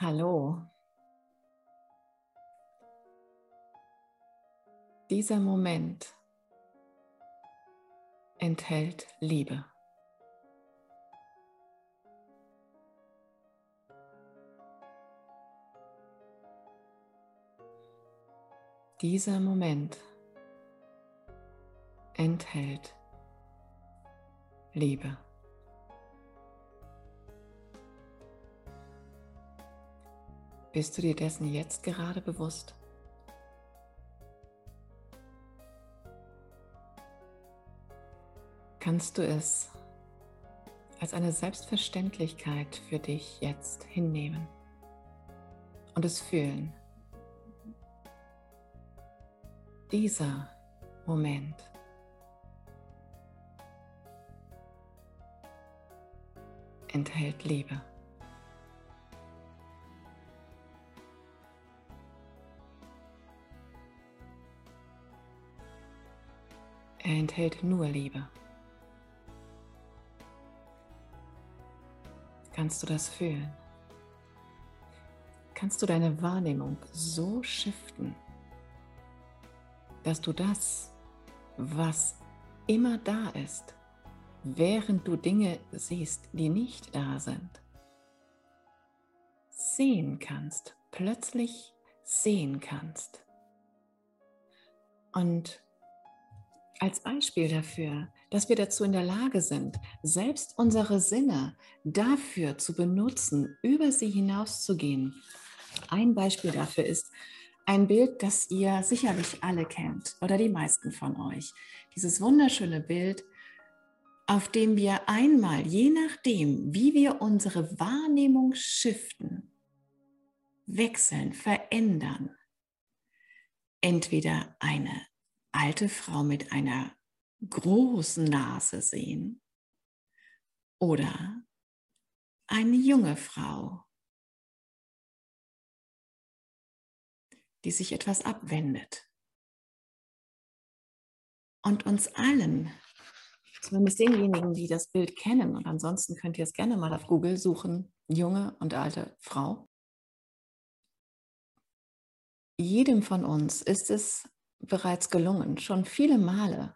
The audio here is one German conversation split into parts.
Hallo. Dieser Moment enthält Liebe. Dieser Moment enthält Liebe. Bist du dir dessen jetzt gerade bewusst? Kannst du es als eine Selbstverständlichkeit für dich jetzt hinnehmen und es fühlen? Dieser Moment enthält Liebe. Er enthält nur Liebe. Kannst du das fühlen? Kannst du deine Wahrnehmung so shiften, dass du das, was immer da ist, während du Dinge siehst, die nicht da sind, sehen kannst, plötzlich sehen kannst. Und als Beispiel dafür, dass wir dazu in der Lage sind, selbst unsere Sinne dafür zu benutzen, über sie hinauszugehen. Ein Beispiel dafür ist ein Bild, das ihr sicherlich alle kennt oder die meisten von euch. Dieses wunderschöne Bild, auf dem wir einmal, je nachdem, wie wir unsere Wahrnehmung shiften, wechseln, verändern, entweder eine alte Frau mit einer großen Nase sehen oder eine junge Frau, die sich etwas abwendet. Und uns allen, zumindest denjenigen, die das Bild kennen, und ansonsten könnt ihr es gerne mal auf Google suchen, junge und alte Frau. Jedem von uns ist es bereits gelungen, schon viele Male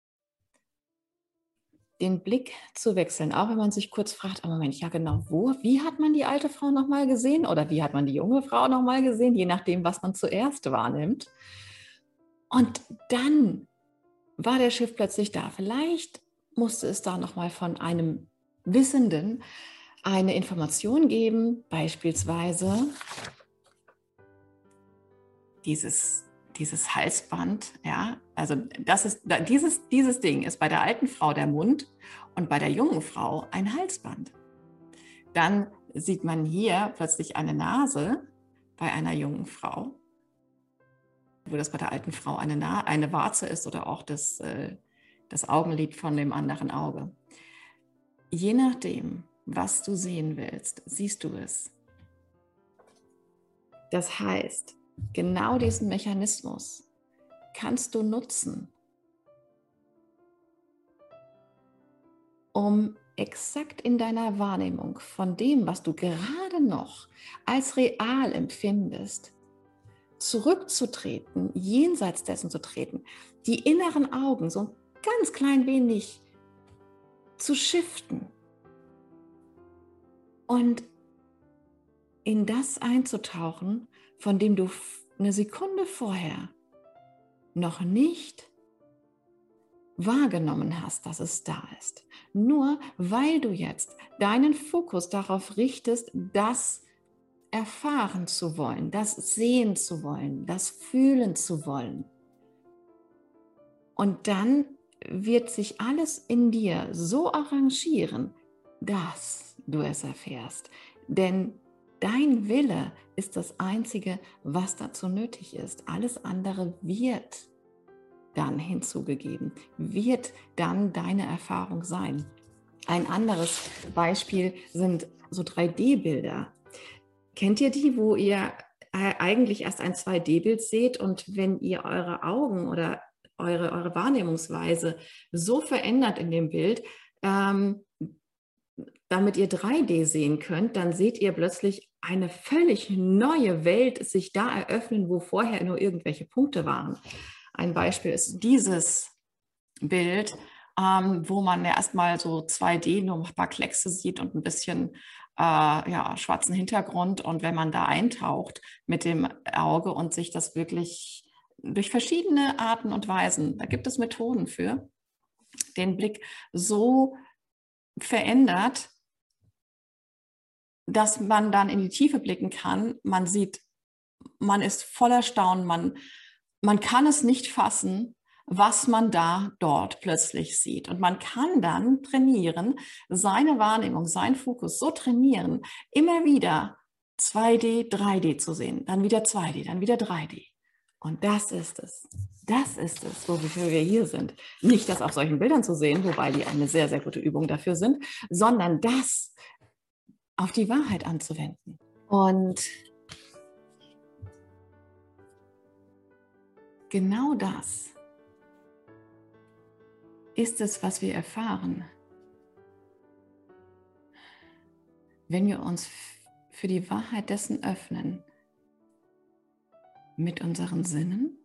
den Blick zu wechseln, auch wenn man sich kurz fragt, oh Moment, ja genau, wie hat man die alte Frau nochmal gesehen oder wie hat man die junge Frau nochmal gesehen, je nachdem, was man zuerst wahrnimmt. Und dann war der Shift plötzlich da. Vielleicht musste es da nochmal von einem Wissenden eine Information geben, beispielsweise dieses Halsband, ja, also dieses Ding ist bei der alten Frau der Mund und bei der jungen Frau ein Halsband. Dann sieht man hier plötzlich eine Nase bei einer jungen Frau, wo das bei der alten Frau eine Warze ist oder auch das Augenlid von dem anderen Auge. Je nachdem, was du sehen willst, siehst du es. Das heißt, genau diesen Mechanismus kannst du nutzen, um exakt in deiner Wahrnehmung von dem, was du gerade noch als real empfindest, zurückzutreten, jenseits dessen zu treten, die inneren Augen so ein ganz klein wenig zu shiften und in das einzutauchen, von dem du eine Sekunde vorher noch nicht wahrgenommen hast, dass es da ist. Nur weil du jetzt deinen Fokus darauf richtest, das erfahren zu wollen, das sehen zu wollen, das fühlen zu wollen. Und dann wird sich alles in dir so arrangieren, dass du es erfährst. Denn dein Wille ist das Einzige, was dazu nötig ist. Alles andere wird dann hinzugegeben, wird dann deine Erfahrung sein. Ein anderes Beispiel sind so 3D-Bilder. Kennt ihr die, wo ihr eigentlich erst ein 2D-Bild seht und wenn ihr eure Augen oder eure Wahrnehmungsweise so verändert in dem Bild, damit ihr 3D sehen könnt, dann seht ihr plötzlich eine völlig neue Welt sich da eröffnen, wo vorher nur irgendwelche Punkte waren. Ein Beispiel ist dieses Bild, wo man ja erstmal so 2D nur ein paar Kleckse sieht und ein bisschen schwarzen Hintergrund. Und wenn man da eintaucht mit dem Auge und sich das wirklich durch verschiedene Arten und Weisen, da gibt es Methoden für, den Blick so verändert, dass man dann in die Tiefe blicken kann. Man sieht, man ist voller Staunen, man kann es nicht fassen, was man dort plötzlich sieht. Und man kann dann trainieren, seine Wahrnehmung, seinen Fokus so trainieren, immer wieder 2D, 3D zu sehen, dann wieder 2D, dann wieder 3D. Und das ist es. Das ist es, wofür wir hier sind. Nicht das auf solchen Bildern zu sehen, wobei die eine sehr, sehr gute Übung dafür sind, sondern das auf die Wahrheit anzuwenden. Und genau das ist es, was wir erfahren, wenn wir uns für die Wahrheit dessen öffnen, mit unseren Sinnen,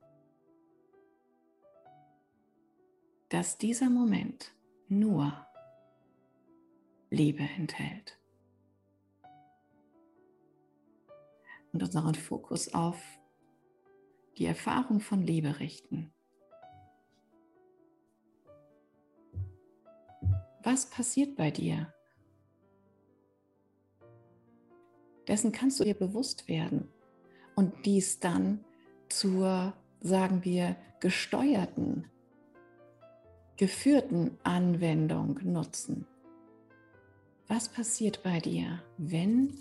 dass dieser Moment nur Liebe enthält. Und unseren Fokus auf die Erfahrung von Liebe richten. Was passiert bei dir? Dessen kannst du dir bewusst werden und dies dann zur, sagen wir, gesteuerten, geführten Anwendung nutzen. Was passiert bei dir, wenn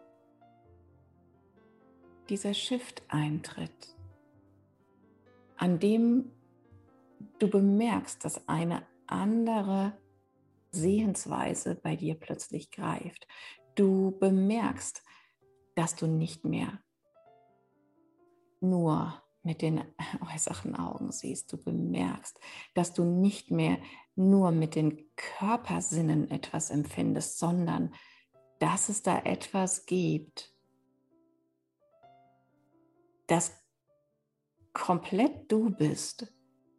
dieser Shift eintritt, an dem du bemerkst, dass eine andere Sehensweise bei dir plötzlich greift. Du bemerkst, dass du nicht mehr nur mit den äußeren Augen siehst. Du bemerkst, dass du nicht mehr nur mit den Körpersinnen etwas empfindest, sondern dass es da etwas gibt, das komplett du bist,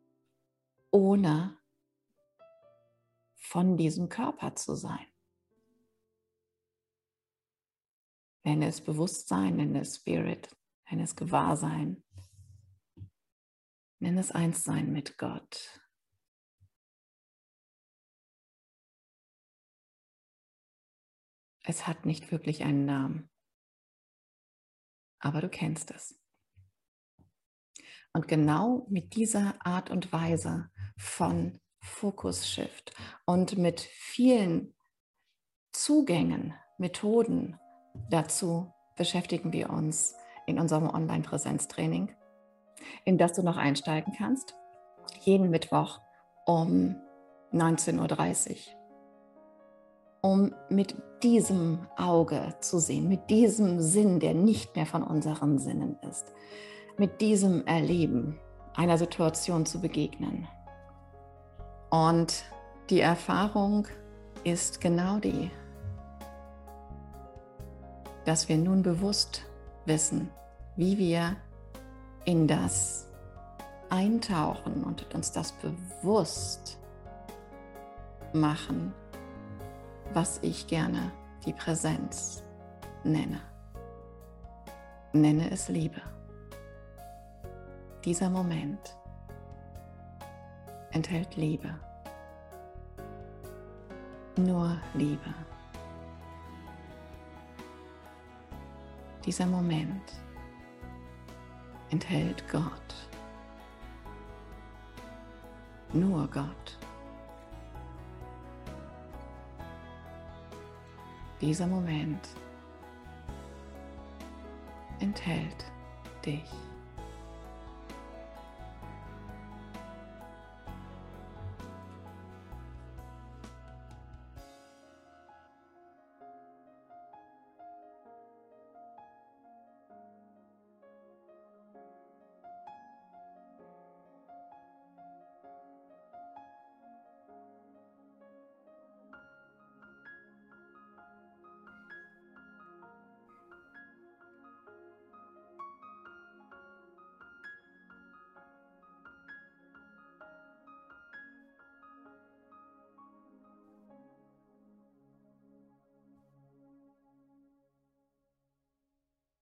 ohne von diesem Körper zu sein. Nenne es Bewusstsein, nenne es Spirit, nenne es Gewahrsein, nenne es Einssein mit Gott. Es hat nicht wirklich einen Namen, aber du kennst es. Und genau mit dieser Art und Weise von Focus-Shift und mit vielen Zugängen, Methoden dazu beschäftigen wir uns in unserem Online-Präsenztraining, in das du noch einsteigen kannst, jeden Mittwoch um 19:30 Uhr, um mit diesem Auge zu sehen, mit diesem Sinn, der nicht mehr von unseren Sinnen ist, mit diesem Erleben einer Situation zu begegnen. Und die Erfahrung ist genau die, dass wir nun bewusst wissen, wie wir in das eintauchen und uns das bewusst machen, was ich gerne die Präsenz nenne. Nenne es Liebe. Dieser Moment enthält Liebe. Nur Liebe. Dieser Moment enthält Gott. Nur Gott. Dieser Moment enthält dich.